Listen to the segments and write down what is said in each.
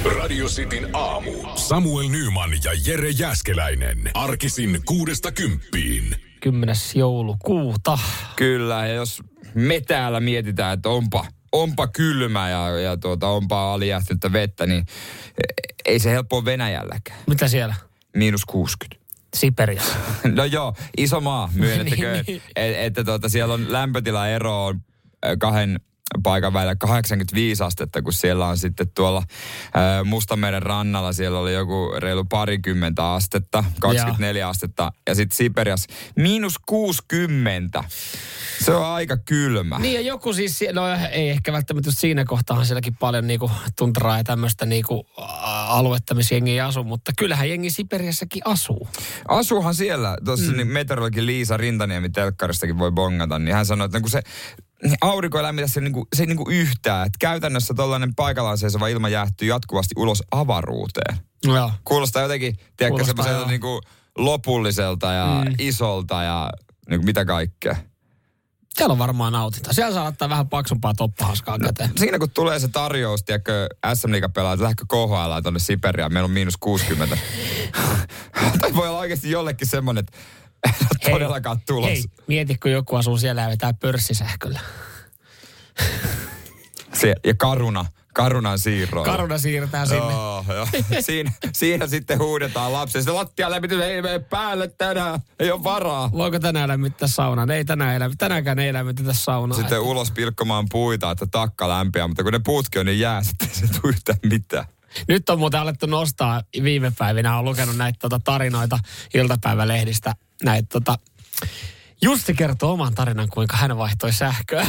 Radio Cityn aamu. Samuel Nyman ja Jere Jääskeläinen. Arkisin 6–10. 10. joulukuuta. Kyllä, ja jos me täällä mietitään, että onpa kylmä ja onpa alijäähtynyttä vettä, niin ei se helppoa Venäjälläkään. Mitä siellä? -60. Siberia. No joo, iso maa, myönnettäköön. Niin. Että siellä on lämpötilaero on 2 paikan välillä 85 astetta, kun siellä on sitten tuolla Mustanmeren rannalla, siellä oli joku reilu 20 astetta, 24 astetta, ja sitten Siperiassa -60. Se on aika kylmä. Niin ja joku siis, no ei ehkä välttämättä just siinä kohtaan sielläkin paljon niinku tuntraa ja tämmöistä niinku aluetta, missä jengi ei asu, mutta kyllähän jengi Siperiassakin asuu. Asuuhan siellä, tuossa niin meteorologi Liisa Rintaniemi telkkaristakin voi bongata, niin hän sanoi, että kun se aurinko ei lämmitä, se ei niinku yhtään. Että käytännössä tollainen paikallaan seisova ilma jäähtyy jatkuvasti ulos avaruuteen. Joo. Kuulostaa jotenkin, tiedätkö, semmoiselta niinku lopulliselta ja isolta ja niinku mitä kaikkea. Siellä on varmaan nautinta. Siellä saa ottaa vähän paksumpaa toppahaskaa käteen. Siinä kun tulee se tarjous, tiedätkö, SM-liigapelaa, että lähdekö KHL tuonne Siperiaan, meillä on -60. Tai voi olla oikeasti jollekin semmoinen, että ei ole todellakaan tulos. Hei, mieti, kun joku asuu siellä ja vetää pörssisähköllä. Ja Karunan siirroilla. Karuna siirtää sinne. Joo. Siinä sitten huudetaan lapsia. Se lattialämmitys ei mene päälle tänään. Ei ole varaa. Voiko tänään lämmittää saunaan? Ei tänäänkään ei lämmitetä saunaa. Sitten ulos pilkkomaan puita, että takka lämpiää. Mutta kun ne puutkin on niin jää, sitten se ei tule yhtään mitään. Nyt on muuten alettu nostaa viime päivinä. Olen lukenut näitä tarinoita iltapäivälehdistä. Jussi kertoo oman tarinan, kuinka hän vaihtoi sähköä.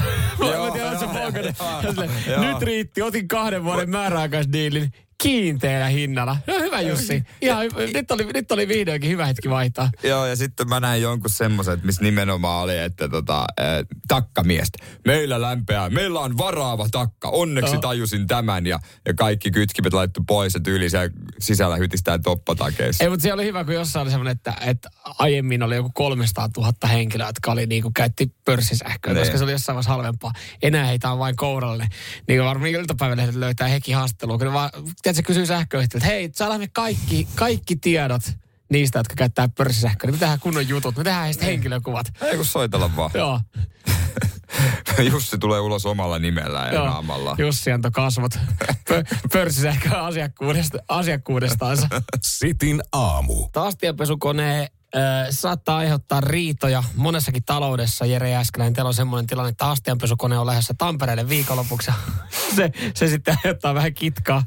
Nyt riitti, otin 2 vuoden määräaikaisdiilin kiinteällä hinnalla. No hyvä Jussi. Ihan, nyt oli vihdoinkin hyvä hetki vaihtaa. Joo, ja sitten mä näin jonkun semmoisen, missä nimenomaan oli, että takkamiestä. Meillä lämpeää, meillä on varaava takka. Onneksi tajusin tämän ja kaikki kytkimet laittu pois ja tyyli siellä sisällä hytistään toppatakeissa. Ei, mutta se oli hyvä, kun jossain oli semmoinen, että aiemmin oli joku 300 000 henkilöä, jotka oli käytti pörssisähköä, koska se oli jossain vaiheessa halvempaa. Enää heitä on vain kouralle. Niin varmaan iltapäivälehdet löytää heki haastattelua, kun ne vaan, tiedätkö, kysyy sähköyhtiöltä, että hei, saadaan me kaikki tiedot niistä, jotka käyttää pörssisähköä. Me tehdään kunnon jutut, me tehdään heistä henkilökuvat. Ei kun soitella vaan. Joo. Jussi tulee ulos omalla nimellään ja naamalla. Jussi antoi kasvot pörssisähköä asiakkuudestaansa. Cityn aamu. Astianpesukone saattaa aiheuttaa riitoja monessakin taloudessa. Jere Jääskeläinen, teillä on semmoinen tilanne, että astianpesukone on lähdössä Tampereelle viikonlopuksi. se sitten aiheuttaa vähän kitkaa.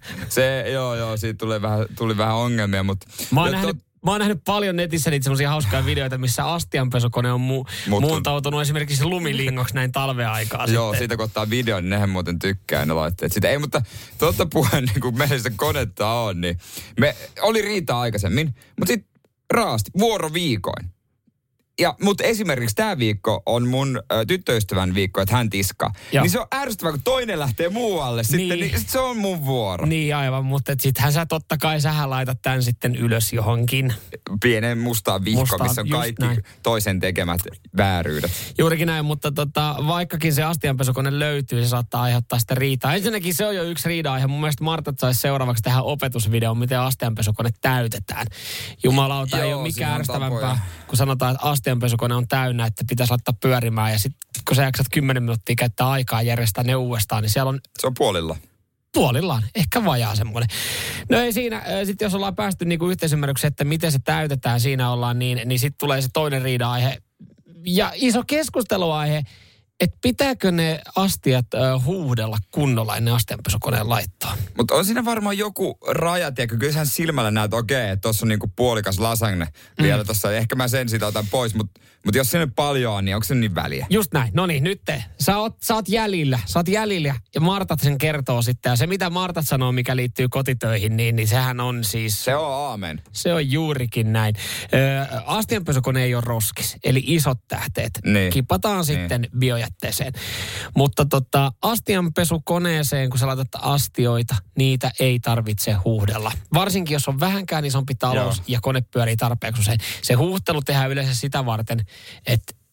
Siitä tuli vähän ongelmia, mutta Mä oon nähnyt paljon netissä niitä semmoisia hauskoja videoita, missä astianpesukone on muuntautunut esimerkiksi lumilingoksi näin talveaikaa. Joo, siitä kun ottaa video, niin nehän muuten tykkää ne laitteet. Sitä ei, mutta totta puheen, niin kun meillä sitä konetta on, niin me oli riitaa aikaisemmin, mutta sitten raasti vuoroviikoin. Mutta esimerkiksi tämä viikko on mun tyttöystävän viikko, että hän tiskaa. Joo. Niin se on ärsyttävää, kun toinen lähtee muualle sitten, niin sit se on mun vuoro. Niin aivan, mutta sittenhän sä totta kai sähän laitat tämän sitten ylös johonkin. Pienen mustaan vihko, missä on kaikki toisen tekemät vääryydet. Juurikin näin, mutta vaikkakin se astianpesukone löytyy, se saattaa aiheuttaa sitä riitaa. Ensinnäkin se on jo yksi riida-aihe. Mun mielestä Martat saisi seuraavaksi tehdä opetusvideon, miten astianpesukone täytetään. Jumalauta, ei ole mikään ärsyttävämpää, kun sanotaan, että astianpesukone on täynnä, että pitäisi laittaa pyörimään. Ja sitten kun sä jaksat 10 minuuttia käyttää aikaa järjestää ne uudestaan, niin siellä on... Se on puolillaan. Ehkä vajaa semmoinen. No ei siinä, sitten jos ollaan päästy niinku yhteisymmärrykseen, että miten se täytetään, siinä ollaan, niin sitten tulee se toinen riida-aihe. Ja iso keskusteluaihe, että pitääkö ne astiat huuhdella kunnolla ennen astianpesukoneen laittoon? Mutta on siinä varmaan joku raja, tiedätkö? Kyllähän silmällä näet, että tuossa on niinku puolikas lasagne vielä tuossa. Ehkä mä sen siitä otan pois, mutta jos sinne paljon on, niin onko se niin väliä? Just näin. No niin, nyt sä oot jäljillä. Ja Martat sen kertoo sitten. Ja se, mitä Martat sanoo, mikä liittyy kotitöihin, niin sehän on siis... Se on aamen. Se on juurikin näin. Astianpesukone ei ole roskis, eli isot tähteet. Niin. Kipataan sitten biojätteeseen. Mutta astianpesukoneeseen, kun sä laitat astioita, niitä ei tarvitse huuhdella. Varsinkin, jos on vähänkään isompi talous ja kone pyörii tarpeeksi usein. Se huuhtelu tehdään yleensä sitä varten, että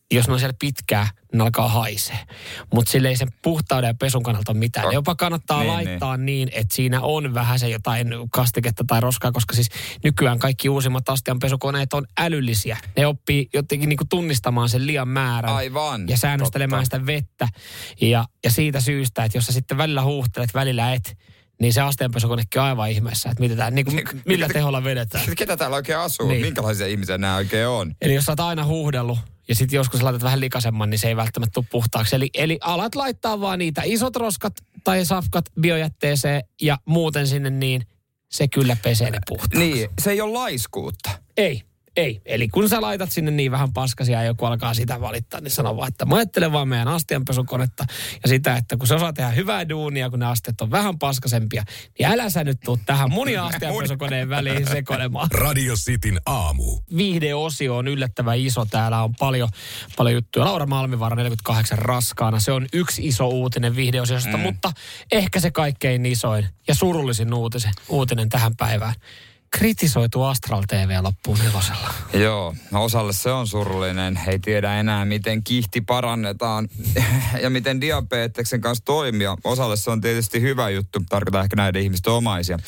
jos ne on siellä pitkää, ne alkaa haisee. Mutta sille ei sen puhtauden ja pesun kannalta ole mitään. Ne jopa kannattaa laittaa niin, että siinä on vähän se jotain kastiketta tai roskaa, koska siis nykyään kaikki uusimmat astianpesukoneet on älyllisiä. Ne oppii jotenkin niinku tunnistamaan sen liian määrän. Aivan. Ja säännöstelemään sitä vettä. Ja siitä syystä, että jos sä sitten välillä huuhtelet, välillä et, niin se astianpesukonekin on aivan ihmeessä, että millä teholla vedetään. Ketä täällä oikein asuu? Niin. Minkälaisia ihmisiä nämä oikein on? Eli jos sä oot aina huuhdellut ja sitten joskus laitat vähän likaisemman, niin se ei välttämättä tule puhtaaksi. Eli alat laittaa vaan niitä isot roskat tai safkat biojätteeseen ja muuten sinne, niin se kyllä pesee ne puhtaaksi. Niin, se ei ole laiskuutta. Ei. Eli kun sä laitat sinne niin vähän paskasia ja joku alkaa sitä valittaa, niin sano vaan, että mä ajattelen vaan meidän astianpesukonetta ja sitä, että kun se osaa tehdä hyvää duunia, kun ne asteet on vähän paskasempia, niin älä sä nyt tuu tähän mun ja astianpesukoneen väliin sekoilemaan. Radio Cityn aamu. Viihdeosio on yllättävän iso. Täällä on paljon juttuja. Laura Malmivaara 48 raskaana. Se on yksi iso uutinen viihdeosiosta, mutta ehkä se kaikkein isoin ja surullisin uutinen tähän päivään. Kritisoitu Astral TV loppuun 4. Joo, osalle se on surullinen. Ei tiedä enää, miten kihti parannetaan ja miten diabeteksen kanssa toimia. Osalle se on tietysti hyvä juttu. Tarkoittaa ehkä näiden ihmisten omaisia.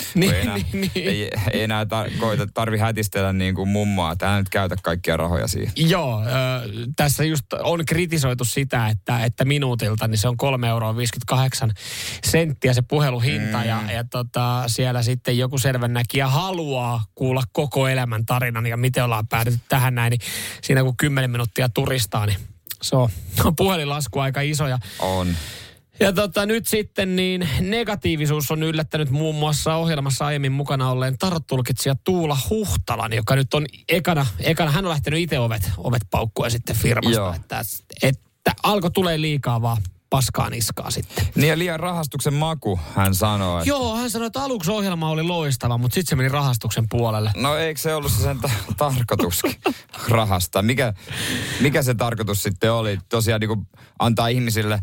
Ei enää tarvi hätistellä niin kuin mummoa. Että hän nyt käytä kaikkia rahoja siihen. Joo, tässä just on kritisoitu sitä, että minuutilta niin se on 3,58 € se puheluhinta. Ja siellä sitten joku selvänäkijä haluaa kuulla koko elämän tarinan ja miten ollaan päädytty tähän näin, niin siinä kun 10 minuuttia turistaa, niin se on puhelinlasku aika iso. On. Ja nyt sitten niin negatiivisuus on yllättänyt muun muassa ohjelmassa aiemmin mukana olleen tarot-tulkitsija Tuula Huhtalan, joka nyt on ekana hän on lähtenyt itse ovet paukkua sitten firmasta, että alkoi tulee liikaa vaan paskaa niskaa sitten. Niin ja liian rahastuksen maku, hän sanoi. Joo, hän sanoi, että aluksi ohjelma oli loistava, mutta sitten se meni rahastuksen puolelle. No eikö se ollut se sen tarkoituskin rahasta? Mikä se tarkoitus sitten oli? Tosiaan niin kuin antaa ihmisille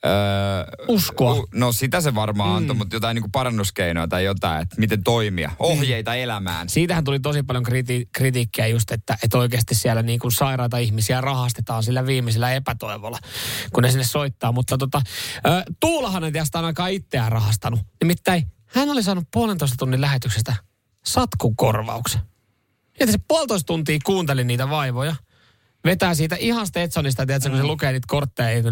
uskoa. No sitä se varmaan antoi, mutta jotain niin kuin parannuskeinoja tai jotain, että miten toimia. Ohjeita elämään. Siitähän tuli tosi paljon kritiikkiä just, että oikeasti siellä niin kuin sairaita ihmisiä rahastetaan sillä viimeisellä epätoivolla, kun ne sinne soittaa. Mutta Tuulahan ei tästä ainakaan itseään rahastanut. Nimittäin hän oli saanut 1,5 tunnin lähetyksestä satkukorvauksen. Ja se 1,5 tuntia kuunteli niitä vaivoja. Vetää siitä ihan Stetsonista, tiedätkö, kun se lukee niitä kortteja.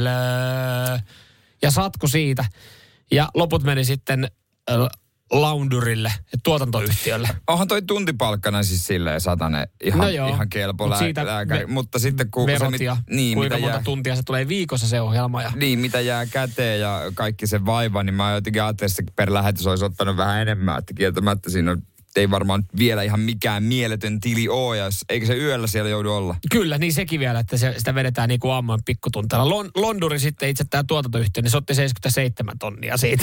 Ja satku siitä. Ja loput meni sitten laundurille ja tuotantoyhtiölle. Onhan toi tuntipalkkana siis silleen satanen ihan kelpo lääkäri. Mutta sitten kun verot ja kuinka monta tuntia se tulee viikossa se ohjelma. Ja niin, mitä jää käteen ja kaikki se vaiva, niin mä jotenkin ajattelin, että per lähetys olisi ottanut vähän enemmän. Että kieltämättä siinä on ei varmaan vielä ihan mikään mieletön tili ole, ja eikö se yöllä siellä joudu olla? Kyllä, niin sekin vielä, että sitä vedetään niin kuin aamuin pikkutunteella. Londuri sitten itse tämä tuotantoyhtiö, niin se otti 77 tonnia siitä.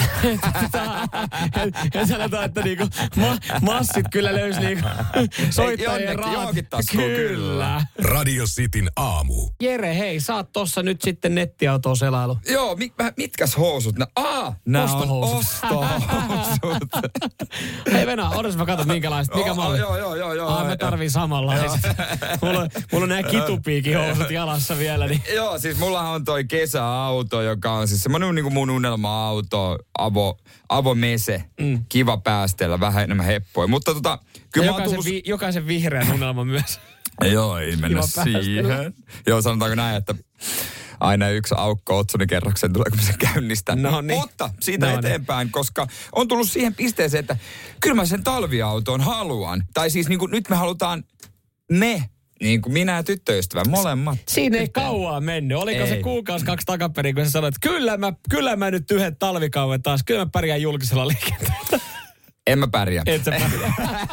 Ja sanotaan, että niinku massit kyllä löysi niinku soittajien rahat. Johonkin taskuun kyllä. Radio Cityn aamu. Jere, hei, sä oot tossa nyt sitten nettiautoa selailu. Joo, mitkäs housut? Nää on ostohousut. Hei Venä, odotas mä katson minkälaiset, mikä malli. Joo. Mä tarviin samanlaiset. Mulla on nää kitupiikin housut jalassa vielä. Niin. Joo, siis mullahan on toi kesäauto, joka on siis semmonen niinku mun unelma-auto, Avo Mese, kiva päästellä, vähän enemmän heppoja. Mutta kyllä jokaisen vihreän unelma myös. Joo, ei mennä siihen. Joo, sanotaanko näin, että aina yksi aukko otsonikerroksen tulee, kun se käynnistää. No niin. Mutta siitä eteenpäin, koska on tullut siihen pisteeseen, että kyllä mä sen talviauton haluan. Tai siis niin kuin nyt me halutaan niin kuin minä ja tyttöystävä, molemmat. Siinä ei kauaa mennyt. Oliko se kuukausi 2 takaperin, kun sä sanoit, että kyllä mä nyt yhden talvikauden taas, kyllä mä pärjään julkisella liikenteellä. En mä pärjää. Et sä pärjää.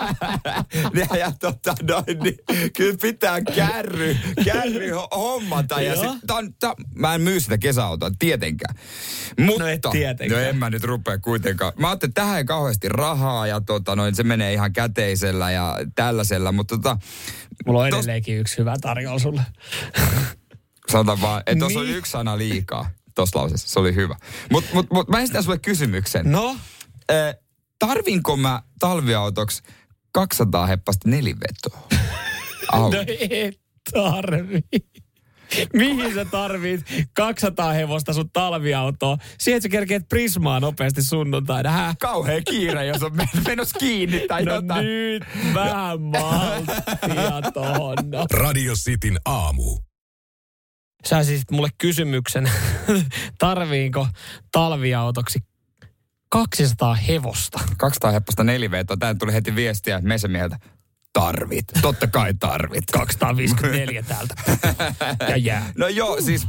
niin, kyllä pitää kärry hommata. Ja mä en myy sitä kesäautoa, tietenkään. Mutta, no et tietenkään. No en mä nyt rupea kuitenkaan. Mä ajattelin, että tähän ei kauheasti rahaa ja se menee ihan käteisellä ja tällaisella, mutta mulla on edelleenkin yksi hyvä tarjolla sulle. Sanotaan vaan, että tuossa on yksi sana liikaa tuossa lauseessa. Se oli hyvä. Mut mä esitän sulle kysymyksen. No? Tarvinko mä talviautoksi 200 heppasta 4-vetoa? No et tarvi. Mihin sä tarvit 200 hevosta sun talviautoa? Siihen, että sä kerkeet Prismaa nopeasti sunnuntaina. Kauhea kiire, jos on menossa kiinni tai no jotain. nyt vähän malttia tohon. No. Radio Cityn aamu. Sä siis mulle kysymyksen, tarviinko talviautoksi 200 hevosta? 200 hepposta neliveetoa. Tää tuli heti viestiä mesemieheltä. Tarvit. Totta kai tarvit. 254 täältä. Ja jää. No joo, siis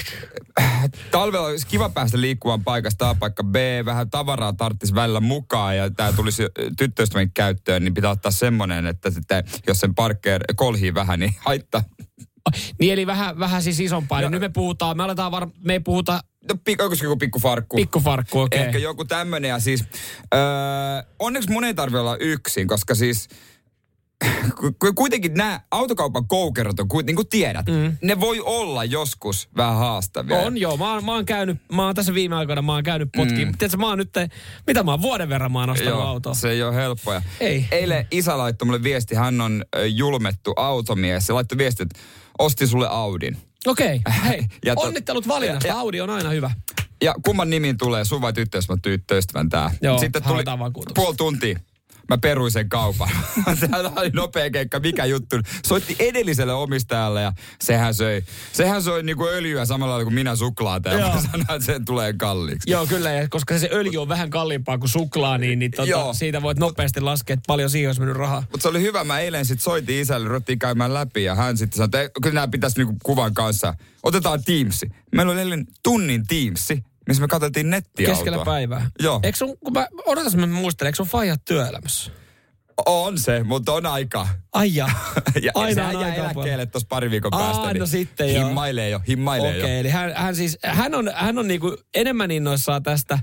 talvella olisi kiva päästä liikkumaan paikasta A paikka B. Vähän tavaraa tarvitsisi välillä mukaan ja tää tulisi tyttöystävän käyttöön, niin pitää ottaa semmonen, että sitten, jos sen parkkeer kolhii vähän, niin haittaa. Niin eli vähän siis isompaa. No, nyt me ei puhuta... No joku pikkufarkku. Pikkufarkku, okei. Ehkä joku tämmönen ja siis onneksi mun ei tarvitse olla yksin, koska siis kuitenkin nämä autokaupan koukerot on, niin kuin tiedät, ne voi olla joskus vähän haastavia. On joo, mä oon tässä viime aikoina potkiin. Tiedätkö, mitä mä oon vuoden verran ostanut autoa. Se ei ole helppoa. Ei. Eilen isä laittoi mulle viesti, hän on julmettu automies. Se laittoi viesti, että ostin sulle Audin. Okei, hei, onnittelut valinnasta. Audi on aina hyvä. Ja kumman nimiin tulee, sun vai tyttöystävän tää? Joo, sitten tuli puoli tuntia. Mä peruin sen kaupan. Tämä oli nopea keikka, mikä juttu. Soitti edelliselle omistajalle ja sehän söi niinku öljyä samalla lailla kuin minä suklaata. Ja mä sanoin, että sen tulee kalliiksi. Joo, kyllä. Ja koska se öljy on vähän kalliimpaa kuin suklaa, niin siitä voit nopeasti laskea, että paljon siihen olisi mennyt rahaa. Mutta se oli hyvä. Mä eilen sitten soitin isälle, ruvettiin käymään läpi ja hän sitten sanoi, että kyllä nämä pitäisi niinku kuvan kanssa. Otetaan Teamsi. Meillä oli eilen tunnin Teamsi, missä me katseltiin nettiautoa. Keskellä päivää. Joo. Odotas mä muistelen, eikö sun faijat työelämässä? On se, mutta on aika. Ai ja. Aina on aika eläkkeelle tuossa pari viikon päästä. No niin sitten joo. Himmailee jo. Okei, eli hän on niinku enemmän innoissaan tästä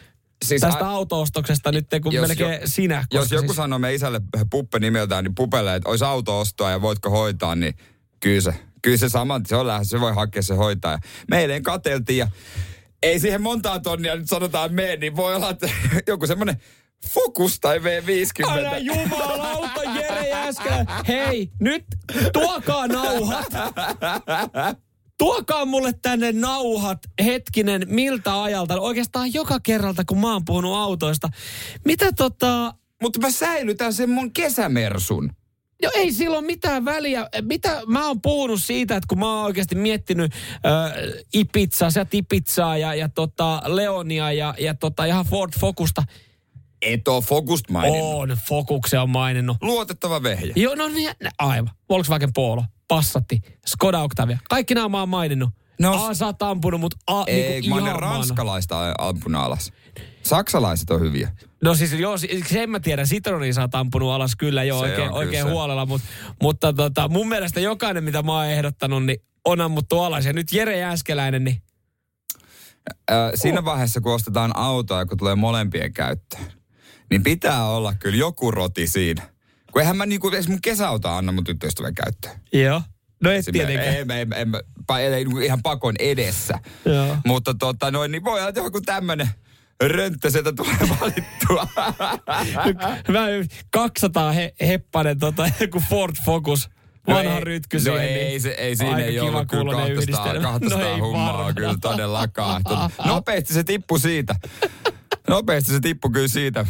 auto-ostoksesta nyt kuin melkein sinä. Jos joku sanoo me isälle Puppe nimeltään, niin Pupelle, että olisi auto-ostoa ja voitko hoitaa, niin kyllä se saman, se on lähes, se voi hakea se hoitaa. Me eilen katseltiin ja ei siihen montaa tonnia nyt sanotaan mene, niin voi olla, että joku semmoinen Focus tai V50. Aina jumalauta, Jere Jääskelä. Hei, nyt tuokaa nauhat. Tuokaa mulle tänne nauhat, hetkinen, miltä ajalta. Oikeastaan joka kerralta, kun mä oon puhunut autoista. Mutta mä säilytän sen mun kesämersun. No ei sillä ole mitään väliä. Mä oon puhunut siitä, että kun mä oon oikeasti miettinyt Ibizaa ja Leonia ja ihan Ford Focusta. Et oo Focusta maininnut. On, Focuksen on maininnut. Luotettava vehje. Joo, no niin, aivan. Volkswagen Polo, Passatti, Skoda Octavia. Kaikki nämä mä oon maininnut. No, sä oot ampunut, mutta ei, niinku mä oon ranskalaista ampunut alas. Saksalaiset on hyviä. No siis joo, sen mä tiedän, Citroenia sä oot ampunut alas kyllä jo oikein huolella, mutta mun mielestä jokainen, mitä mä oon ehdottanut, niin on ammuttu alas. Ja nyt Jere Jääskeläinen, niin... Siinä vaiheessa, kun ostetaan autoa ja kun tulee molempien käyttöön, niin pitää olla kyllä joku roti siinä. Kun eihän mä niinku edes mun kesäautoa anna mun tyttöystävän käyttöön. Joo. No et tietenkään. Ei ihan pakon edessä. Joo. Mutta niin voi olla, että joku tämmönen rönttö sieltä tulee valittua. 200 heppanen joku Ford Focus. Vanha rytky siihen. No ei siinä ei ollut kyllä 200 hummaa kyllä todellakaan. Nopeasti se tippui siitä. Kyllä siitä.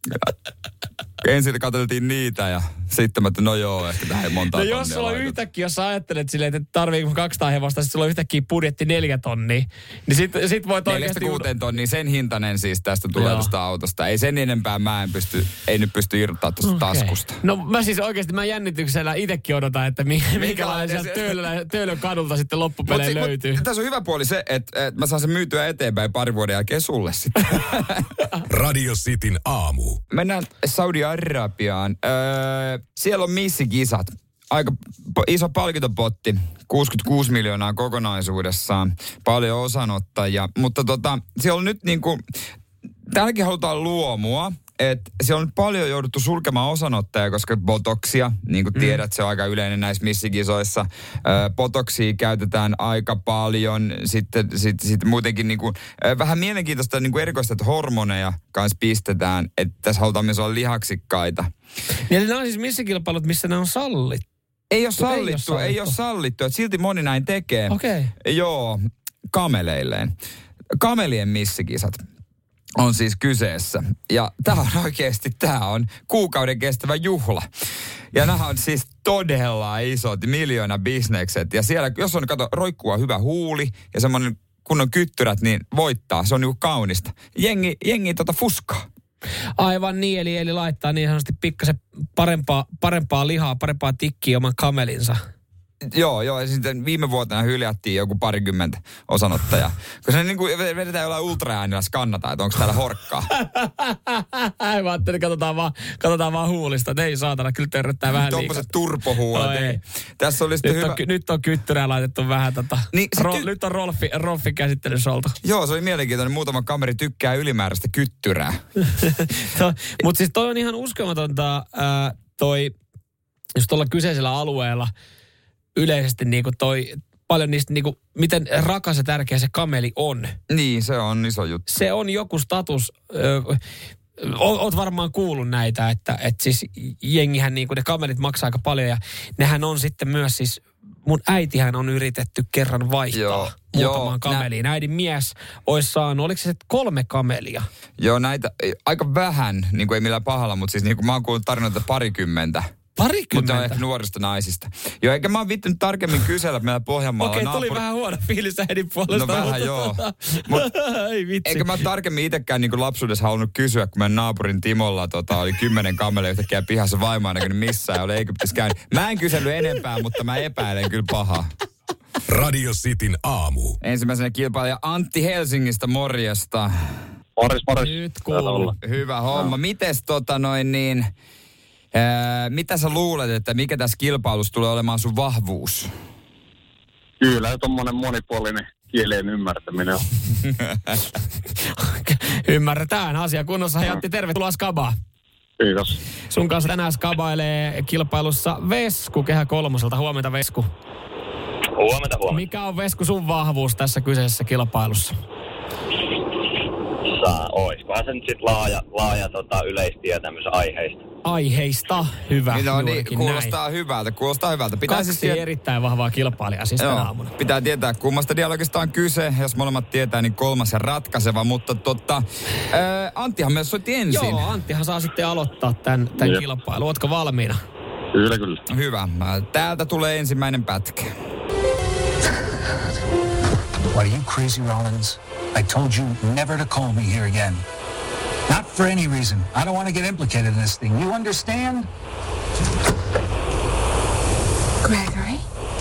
Ensin katseltiin niitä ja sitten mä, no joo, ehkä tähän ei monta tonnia. No jos sulla on yhtäkkiä, jos sä ajattelet silleen, että tarviiko 200 hevosta, sitten sulla on yhtäkkiä budjetti 4 tonnia, niin sit voit oikeasti... 4-6 tonnia, sen hintainen siis tästä tulevasta autosta. Ei sen enempää ei nyt pysty irrottamaan tuosta taskusta. No mä siis oikeasti mä jännityksellä itsekin odotan, että minkälainen sieltä Töölön kadulta sitten loppupeleen löytyy. Tässä on hyvä puoli se, että mä saan sen myytyä eteenpäin pari vuoden jälkeen sulle sitten. Radio Cityn aamu. Mennään Saudi-Arabiaan. Siellä on missikisat. Aika iso palkintopotti. 66 miljoonaa kokonaisuudessaan. Paljon osanottajia. Mutta siellä on nyt niinku... Täälläkin halutaan luomua. Että siellä on paljon jouduttu sulkemaan osanottajia, koska botoksia, niin kuin tiedät, se on aika yleinen näissä missikisoissa. Botoksia käytetään aika paljon. Sitten muutenkin niin kuin, vähän mielenkiintoista niin kuin erikoista, että hormoneja kanssa pistetään. Että tässä halutaan myös olla lihaksikkaita. Eli nämä on siis missikilpailut, missä ne on sallittu. Ei ole sallittu. Että silti moni näin tekee. Okei. Joo, kameleilleen. Kamelien missikisat on siis kyseessä. Ja tämä on kuukauden kestävä juhla. Ja nämä on siis todella isot miljoonabisnekset. Ja siellä, jos on roikkua hyvä huuli ja semmoinen kunnon kyttyrät, niin voittaa. Se on niinku kaunista. Jengi fuskaa. Aivan niin, eli laittaa niin sanotusti pikkasen parempaa lihaa, parempaa tikkiä oman kamelinsa. Joo, ja sitten viime vuotena hyljättiin joku 20 osanottajaa. Kun se niin kuin vedetään jollain ultraäänillä skannataan, että onko täällä horkkaa. Mä ajattelin, katsotaan vaan huulista. Ne ei saatana, kyllä törröttää vähän liikaa. Tuommoiset turpohuulet. Ei. Tässä oli sitten hyvä. Nyt on kyttyrää laitettu vähän niin, nyt on Rolfi käsittelyssä oltu. Joo, se oli mielenkiintoinen. Muutama kameri tykkää ylimääräistä kyttyrää. Mutta siis toi on ihan uskomatonta, jos tuolla kyseisellä alueella yleisesti niinku paljon niistä niinku, miten rakas ja tärkeä se kameli on. Niin, se on iso juttu. Se on joku status, oot varmaan kuullut näitä, että siis jengihän niinku, ne kamelit maksaa aika paljon ja nehän on sitten myös siis, mun äitihän on yritetty kerran vaihtaa muutamaan kameliin. Äidin mies olisi saanut, oliko se 3 kamelia? Joo, näitä aika vähän, niin kuin ei millään pahalla, mutta siis niin kuin mä oon kuullut tarinoita 20. 20? Mutta on ehkä nuorista naisista. Joo, eikä mä oon vittynyt tarkemmin kysellä meillä Pohjanmaalla. Okei, tuli vähän huono fiilis äidin puolesta. No vähän joo. Ei vitsi. Eikä mä tarkemmin itsekään niin lapsuudessa halunnut kysyä, kun meidän naapurin Timolla oli 10 kamelia yhtäkkiä pihassa vaimoa näkynyt missään. Oli Egyptissä käynyt. Mä en kysellyt enempää, mutta mä epäilen kyllä pahaa. Radio Cityn aamu. Ensimmäisenä kilpailija Antti Helsingistä, morjesta. Morjes. Nyt kuuluu. Hyvä homma. Mites mitä sä luulet, että mikä tässä kilpailussa tulee olemaan sun vahvuus? Kyllä, tommonen monipuolinen kielien ymmärtäminen on. Ymmärretään. Asia kunnossa. Hei Antti, tervetuloa Skabaan. Kiitos. Sun kanssa tänään skabailee kilpailussa Vesku Kehä Kolmoselta. Huomenta Vesku. Huomenta. Mikä on Vesku sun vahvuus tässä kyseisessä kilpailussa? Oisikohan se nyt sit laaja yleistietämys Aiheista. Hyvä. No niin, kuulostaa hyvältä. Kaksi erittäin vahvaa kilpailijaa siis tänä aamuna. Pitää tietää, kummasta dialogista on kyse. Jos molemmat tietää, niin kolmas ja ratkaiseva. Mutta Anttihan myös soitti ensin. Joo, Anttihan saa sitten aloittaa tämän kilpailun. Ootko valmiina? Kyllä. Hyvä. Täältä tulee ensimmäinen pätkä. What, are you crazy, Rollins? I told you never to call me here again. Not for any reason. I don't want to get implicated in this thing. You understand? Gregory?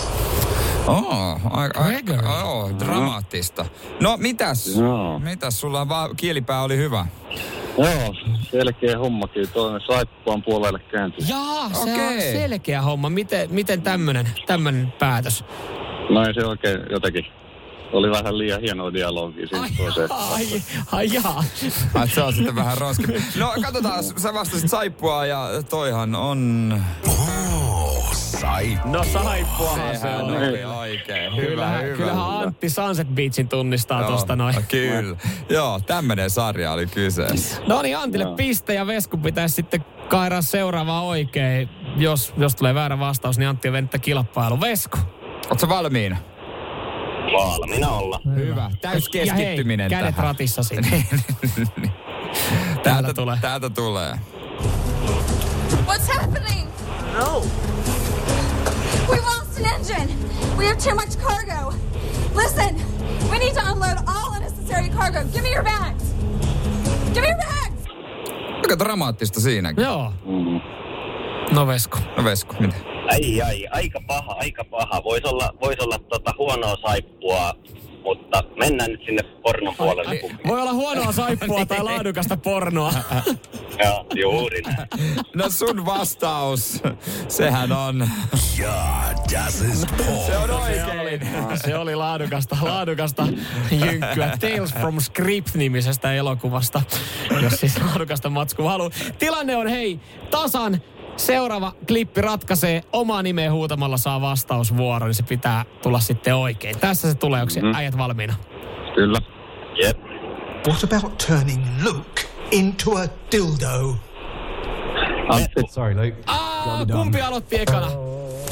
Dramaattista. No, mitäs? Mitäs? Sulla kielipää oli hyvä. Joo, selkeä hommakin. Toinen saippuan puolelle kääntyi. Jaa, se on selkeä homma. Miten tämmönen päätös? No ei se oikein jotenkin. Oli vähän liian hienoa dialogia siinä toiseen. Jaa. Se on sitten vähän roski. No katsotaan, sä vastasit saippua ja toihan on... Saippua. No saippuahan se on. Oikein. Kyllähän Antti Sunset Beachin tunnistaa tosta noin. Kyllä. Joo, tämmönen sarja oli kyseessä. No niin, Antille piste ja Vesku pitäisi sitten kairaa seuraavaa oikein. Jos tulee väärä vastaus, niin Antti on venettä kilpailu. Vesku. Ootko valmiina? Valmiina olla. Hyvä. Täys keskittyminen tähän. Kädet ratissa sinne. Täältä tulee. What's happening? No. We lost an engine. We have too much cargo. Listen, we need to unload all unnecessary cargo. Give me your bags. Give me your bags. Aika dramaattista siinäkin. Joo. No Vesku, mitä? Aika paha. Vois olla huonoa saippua, mutta mennään nyt sinne pornon puolelle. Voi olla huonoa saippua tai laadukasta pornoa. Joo, juuri näin. No sun vastaus, sehän on... Se on oikein. Se oli laadukasta jynkkyä. Tales from Script-nimisestä elokuvasta, jos siis laadukasta matskua haluaa. Tilanne on tasan. Seuraava klippi ratkaisee omaa nimeä huutamalla saa vastausvuoro, niin se pitää tulla sitten oikein. Tässä se tulee, onko äijät valmiina? Kyllä. Jep. What about turning Luke into a dildo? Sorry, Luke. Kumpi aloitti ekana?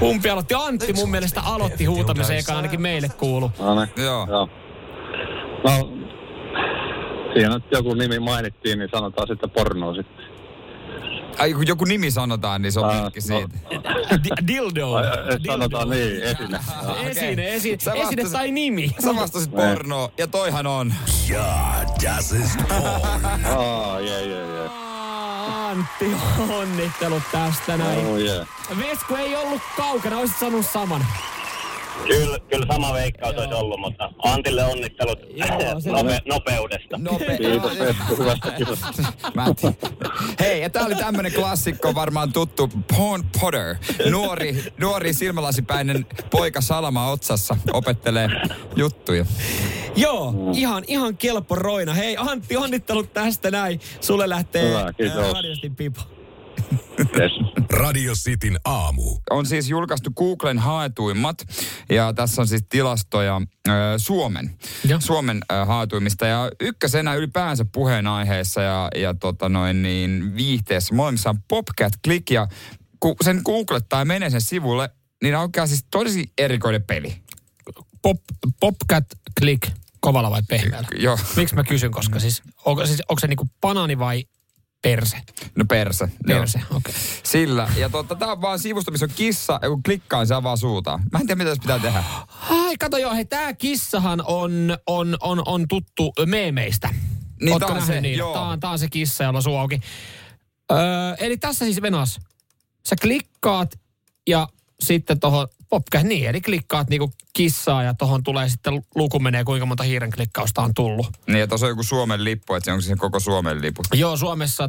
Kumpi aloitti? Antti mun mielestä aloitti huutamisen, joka ainakin meille kuuluu. Joo. No, siinä nyt joku nimi mainittiin, niin sanotaan sitten pornoa sitten. Ai kun joku nimi sanotaan, niin se on vinkki siitä. Dildo. Sanotaan niin, esine tai nimi. Sä vastasit pornoa, ja toihan on. Ja, das ist porn. Jee. Antti, onnittelut tästä näin. Vesku ei ollut kaukana, olisit sanonut saman. Kyllä sama veikkaus olisi ollut, mutta Antille onnittelut nopeudesta. Kiitos, hyvästä, kiitos. Hei, ja tää oli tämmönen klassikko, varmaan tuttu Porn Potter. Nuori silmälasipäinen poika salama otsassa opettelee juttuja. Joo, ihan kelpo roina. Hei Antti, onnittelut tästä näin. Sulle lähtee Radiostin pipo. Yes. Radio Cityn aamu. On siis julkaistu Googlen haetuimmat, ja tässä on siis tilastoja Suomen haetuimmista. Ja ykkösenä ylipäänsä puheenaiheessa ja viihteessä molemmissa on Popcat Click, ja kun sen googlettaa ja menee sen sivulle, niin aukeaa siis tosi erikoinen peli. Popcat Click, kovalla vai pehmeällä? Joo. Miksi mä kysyn, koska onko se niinku banaani vai perse? No perse. Perse, okei. Okay. Sillä. Ja tää on vaan sivusto, missä on kissa, ja kun klikkaa, se avaa suutaan. Mä en tiedä, mitä tässä pitää tehdä. Ai, kato joo, hei, tää kissahan on tuttu meemeistä. Niin, ootko nähnyt niin? Tää on se kissa, jolla suu auki. Eli tässä siis Venas, sä klikkaat ja sitten tohon Popcat, niin, eli klikkaat niinku kissaa ja tohon tulee sitten luku menee, kuinka monta hiiren klikkausta on tullut. Niin, ja tuossa on joku Suomen lippu, että onko se koko Suomen lippu? Joo, Suomessa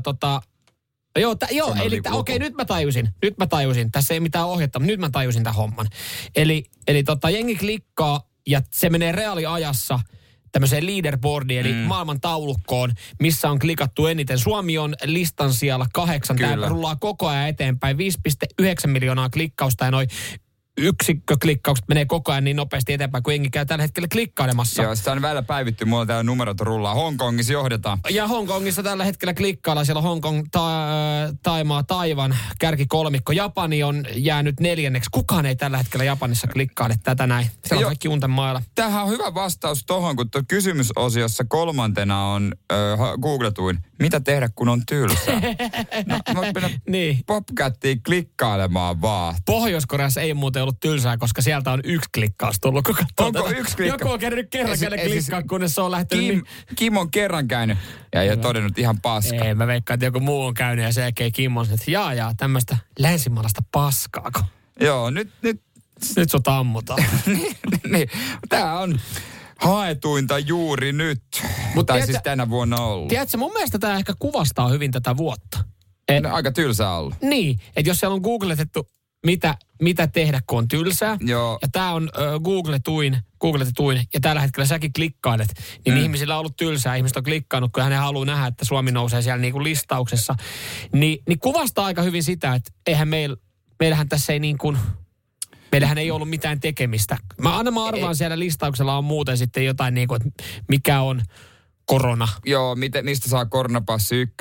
okei, nyt mä tajusin. Tässä ei mitään ohjetta, mutta nyt mä tajusin tämän homman. Eli jengi klikkaa ja se menee reaaliajassa tämmöiseen leaderboardiin, eli maailman taulukkoon, missä on klikattu eniten. Suomi on listan siellä 8. Tämä rullaa koko ajan eteenpäin. 5,9 miljoonaa klikkausta ja noin yksikköklikkaukset menee koko ajan niin nopeasti eteenpäin, kun jengi käy tällä hetkellä klikkailemassa. Joo, sitä on välillä päivitty. Mulla täällä numerot rullaa. Hongkongissa johdetaan. Ja Hongkongissa tällä hetkellä klikkaillaan. Siellä on Hongkong, Taimaa, Taiwan, kärkikolmikko. Japani on jäänyt 4. Kukaan ei tällä hetkellä Japanissa klikkaile tätä näin. Se on kaikki unten mailla. Tämähän on hyvä vastaus tohon, kun tuo kysymysosiossa 3. on googletuin. Mitä tehdä, kun on tylsää? No, niin. Popcattiin klikkailemaan vaan. Pohjois-Koreassa ei muuten ollut tylsää, koska sieltä on 1 klikkaus tullut. Onko 1 klikkaus? Joku on käynyt kerran klikkaa, kunnes se on lähtenyt. Kim on kerran käynyt ja ei ole todennut ihan paskaa. Ei, mä veikkaan, että joku muu on käynyt ja sen jälkeen Kim on, että tämmöistä länsimaalaista paskaako. Joo, nyt sut ammutaan. niin, tää on haetuinta juuri nyt. Tai siis tänä vuonna ollut. Tiedätkö, mun mielestä tää ehkä kuvastaa hyvin tätä vuotta. Aika tylsää ollut. Niin, että jos siellä on googletettu, mitä tehdä, kun on tylsää. Joo. Ja tää on googletetuin, ja tällä hetkellä säkin klikkailet. Niin ihmisillä on ollut tylsää, ihmiset on klikkaannut, kun hän haluaa nähdä, että Suomi nousee siellä niinku listauksessa. Niin kuvastaa aika hyvin sitä, että eihän meillähän tässä ei niin kuin... Meillähän ei ollut mitään tekemistä. Mä arvaan siellä listauksella on muuten sitten jotain niin kuin, että mikä on korona. Joo, mistä saa koronapassi 1,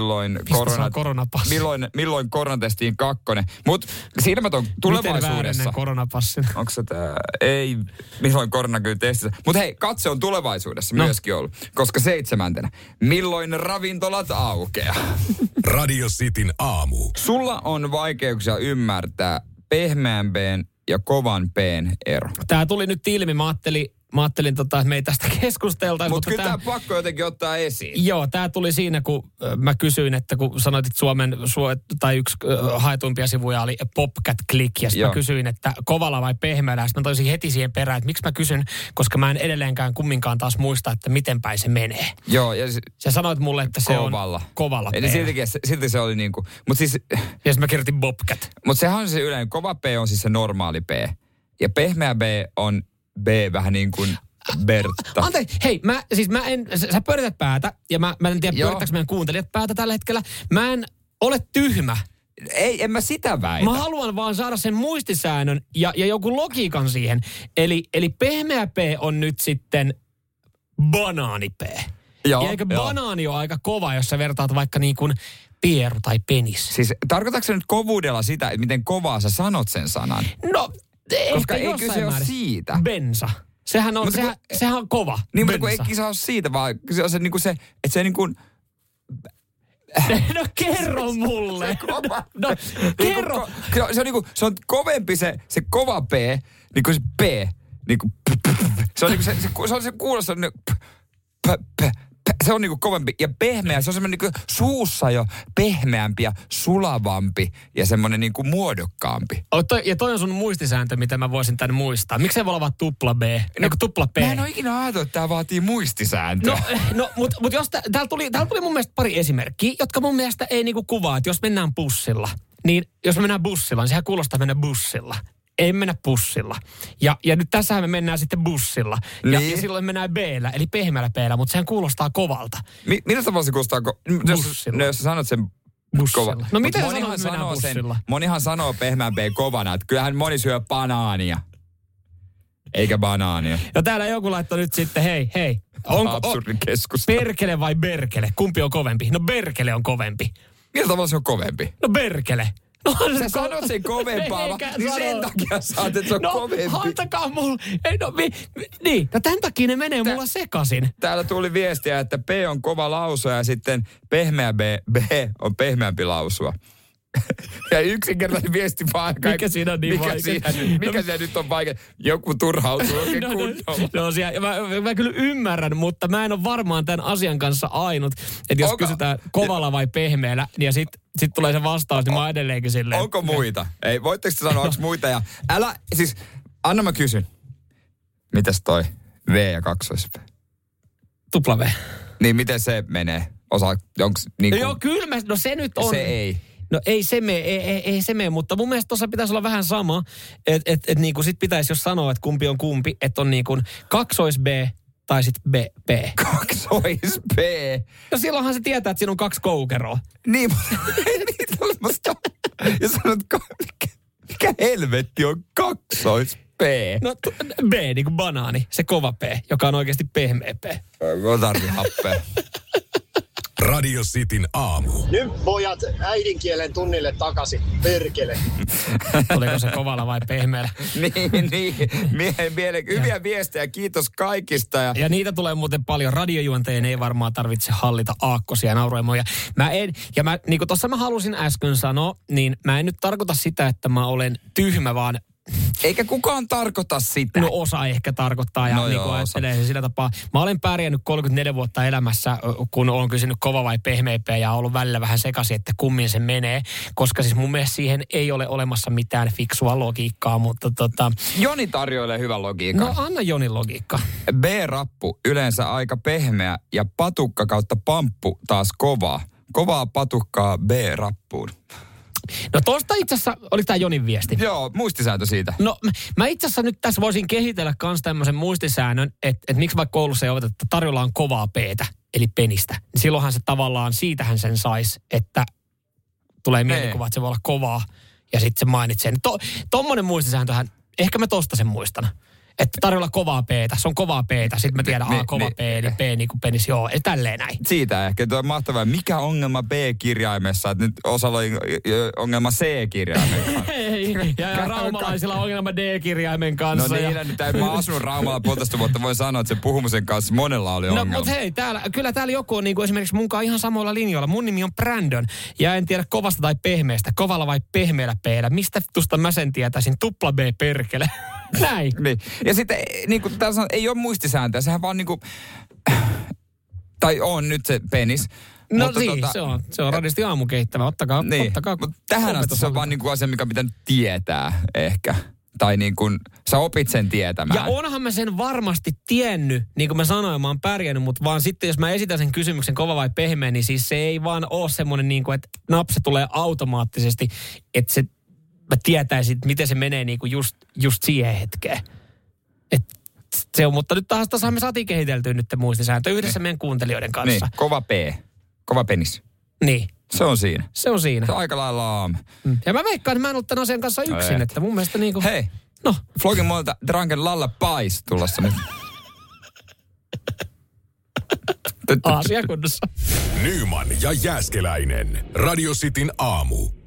milloin koronatestiin 2. Mutta silmät on tulevaisuudessa. Miten koronapassin? Onko se tää? Ei, milloin korona kyllä testissä. Mutta hei, katse on tulevaisuudessa myöskin ollut. Koska 7. milloin ravintolat aukeaa? Radio Cityn aamu. Sulla on vaikeuksia ymmärtää pehmeän B:n ja kovan P:n ero. Tää tuli nyt ilmi. Mä ajattelin, että me ei tästä keskusteltaisi. Mutta kyllä tämä pakko jotenkin ottaa esiin. Joo, tämä tuli siinä, kun mä kysyin, että kun sanoit, että yksi haetuimpia sivuja oli Popcat Click. Ja sitten mä kysyin, että kovalla vai pehmeällä. Ja sitten mä toisin heti siihen perään, että miksi mä kysyn, koska mä en edelleenkään kumminkaan taas muista, että miten päin se menee. Joo. Ja sä sanoit mulle, että se on kovalla P. Silti se oli niinku, mutta siis... Ja sitten mä kirjoitin Popcat. Mutta sehän on se yleinen, kova P on siis se normaali P. Ja pehmeä B on B vähän niin kuin Bertta. Anteeksi, hei, sä pyörität päätä, ja mä en tiedä, pyörittääkö meidän kuuntelijat päätä tällä hetkellä. Mä en ole tyhmä. Ei, en mä sitä väitä. Mä haluan vaan saada sen muistisäännön ja joku logiikan siihen. Eli pehmeä P on nyt sitten banaani P. Joo, ja eikö banaani ole aika kova, jos sä vertaat vaikka niin kuin pieru tai penis. Siis tarkoitatko nyt kovuudella sitä, että miten kovaa sä sanot sen sanan? No, koska ei kyse ole siitä. Bensa. Sehän on, sehän on kova. Niin, mutta kun ei kisa ole siitä, vaan se on se, niin kuin se, että se niin kuin... No kerro mulle. No kerro. Se on niinku, se on kovempi se kova P, niinku se P, niinku se on niinku se kuulostaa se on niinku kovempi ja pehmeä, se on semmoinen niinku suussa jo pehmeämpi ja sulavampi ja semmoinen niinku muodokkaampi. Ja toi on sun muistisääntö, mitä mä voisin tänne muistaa. Miksi ei voi olla vaan tupla B? Tupla P. Mä en ole ikinä ajatellut, että tää vaatii muistisääntöä. No mutta jos täällä tuli mun mielestä pari esimerkkiä, jotka mun mielestä ei niinku kuvaa, että jos mennään bussilla, niin jos me mennään bussilla, niin sehän kuulostaa mennä bussilla. Ei mennä bussilla. Ja nyt tässähän me mennään sitten bussilla. Niin. Ja silloin mennään B-llä, eli pehmeällä P-llä, mutta sehän kuulostaa kovalta. Millä tavalla se kuulostaa? Jos sä sanot sen bussilla. kova. No miten sä sanoo bussilla? Monihan sanoo pehmeän B kovana, että kyllähän moni syö banaania. Eikä banaania. Ja täällä joku laittoi nyt sitten, hei. Onko absurdin keskustelu. Perkele vai Berkele? Kumpi on kovempi? No Berkele on kovempi. Millä tavalla se on kovempi? No Berkele. No, sä sanot sen kovempaa, niin sen takia saat, että se on kovempi. Antakaa mulle. Niin, no tämän takia ne menee mulla sekaisin. Täällä tuli viestiä, että P on kova lausua ja sitten pehmeä B on pehmeämpi lausua. Ja yksinkertainen viesti vaan. Mikä siinä on niin vaikea? Mikä siinä nyt on vaikea? Joku turhautuu oikein kunnolla. No mä kyllä ymmärrän, mutta mä en ole varmaan tämän asian kanssa ainut. Että jos kysytään kovalla vai pehmeällä, ja sit tulee se vastaus, niin mä oon edelleenkin silleen. Onko muita? Ei, voitteko sanoa, onko muita? Ja anna mä kysyn. Mitäs toi V ja 2 V? Tupla V. Niin miten se menee? Onks niinku... No joo, kyllä no se nyt on. Se ei. No ei se mene, mutta mun mielestä tuossa pitäisi olla vähän sama, että niinku sit pitäisi, jos sanoa, että kumpi on kumpi, että on niinku 2 B tai sit B. 2 B. No silloinhan se tietää, että siinä on 2 koukeroa. Niin, ja sanot, mikä helvetti on 2 B? No B niin kuin banaani, se kova P, joka on oikeasti pehmeä P. Mä tarvitsen happea. Radio Cityn aamu. Nyt pojat äidinkielen tunnille takaisin, perkele. Oliko se kovalla vai pehmeällä? niin. Hyviä viestejä, kiitos kaikista. Ja niitä tulee muuten paljon. Radiojuontajien ei varmaan tarvitse hallita aakkosia ja nauroemoja. Niin kuin tuossa mä halusin äsken sanoa, niin mä en nyt tarkoita sitä, että mä olen tyhmä, vaan... Eikä kukaan tarkoita sitä. No osa ehkä tarkoittaa ja niin kuin ajattelee se sillä tapaa. Mä olen pärjännyt 34 vuotta elämässä, kun olen kysynyt kova vai pehmeä ja ollut välillä vähän sekaisin, että kummin se menee. Koska siis mun mielestä siihen ei ole olemassa mitään fiksua logiikkaa, mutta Joni tarjoilee hyvän logiikan. No anna Jonin logiikka. B-rappu yleensä aika pehmeä ja patukka kautta pamppu taas kovaa. Kovaa patukkaa B-rappuun. No tosta itse asiassa, oliko tämä Jonin viesti? Joo, muistisääntö siitä. No mä itse asiassa nyt tässä voisin kehitellä kans tämmöisen muistisäännön, että miksi vaikka koulussa ei opeteta, että tarjolla on kovaa P:tä, eli penistä. Niin silloinhan se tavallaan, siitähän sen saisi, että tulee mielikuva, että se voi olla kovaa ja sitten se mainitsee. Tommonen muistisääntöhän, ehkä mä tosta sen muistan. Että tarjolla kovaa P:tä, se on kovaa P:tä. Sitten mä tiedän, kova P, eli P niin kuin penis, joo, ja tälleen näin. Siitä ehkä, tuo on mahtavaa. Mikä ongelma B-kirjaimessa, että nyt osalla on ongelma C-kirjaimen kanssa. ja raumalaisilla on ongelma D-kirjaimen kanssa. No niin, nyt mä oon asunut Raumalla 1,5 vuotta, voin sanoa, että sen puhumisen kanssa monella oli ongelma. No mutta hei, kyllä täällä joku on niin kuin esimerkiksi munkaan ihan samoilla linjoilla. Mun nimi on Brandon, ja en tiedä kovasta tai pehmeästä, kovalla vai pehmeällä P:llä. Mistä tuosta mä sen tietäisin? Tupla B perkele. Näin. Niin. Ja sitten niin kuin tässä ei ole muistisääntöä, sehän vaan niin kuin, tai on nyt se penis. No mutta niin, se on radisti aamukehittävä. Ottakaa. Mutta tähän asti se on vaan niin kuin asia, mikä pitää tietää ehkä. Tai niin kuin, sä opit sen tietämään. Ja onhan mä sen varmasti tiennyt, niin kuin mä sanoin, mä oon pärjännyt, mutta vaan sitten jos mä esitän sen kysymyksen kova vai pehmeä, niin siis se ei vaan ole semmoinen niin kuin, että napse tulee automaattisesti, että se mä tietäisin, miten se menee niinku just siihen hetkeen. Se on, mutta nyt taas me saatiin kehiteltyä nyt muistisääntö yhdessä meidän kuuntelijoiden kanssa. Niin, kova P, kova penis. Niin. Se on siinä. Se on aika lailla aamu. Ja mä veikkaan, että mä en ollut tämän asian kanssa yksin, että mun mielestä niinku... Hei, Flogin muilta Drunken Lullabies tulossa nyt. Asia kunnossa. Nyman ja Jääskeläinen. Radio Cityn aamu.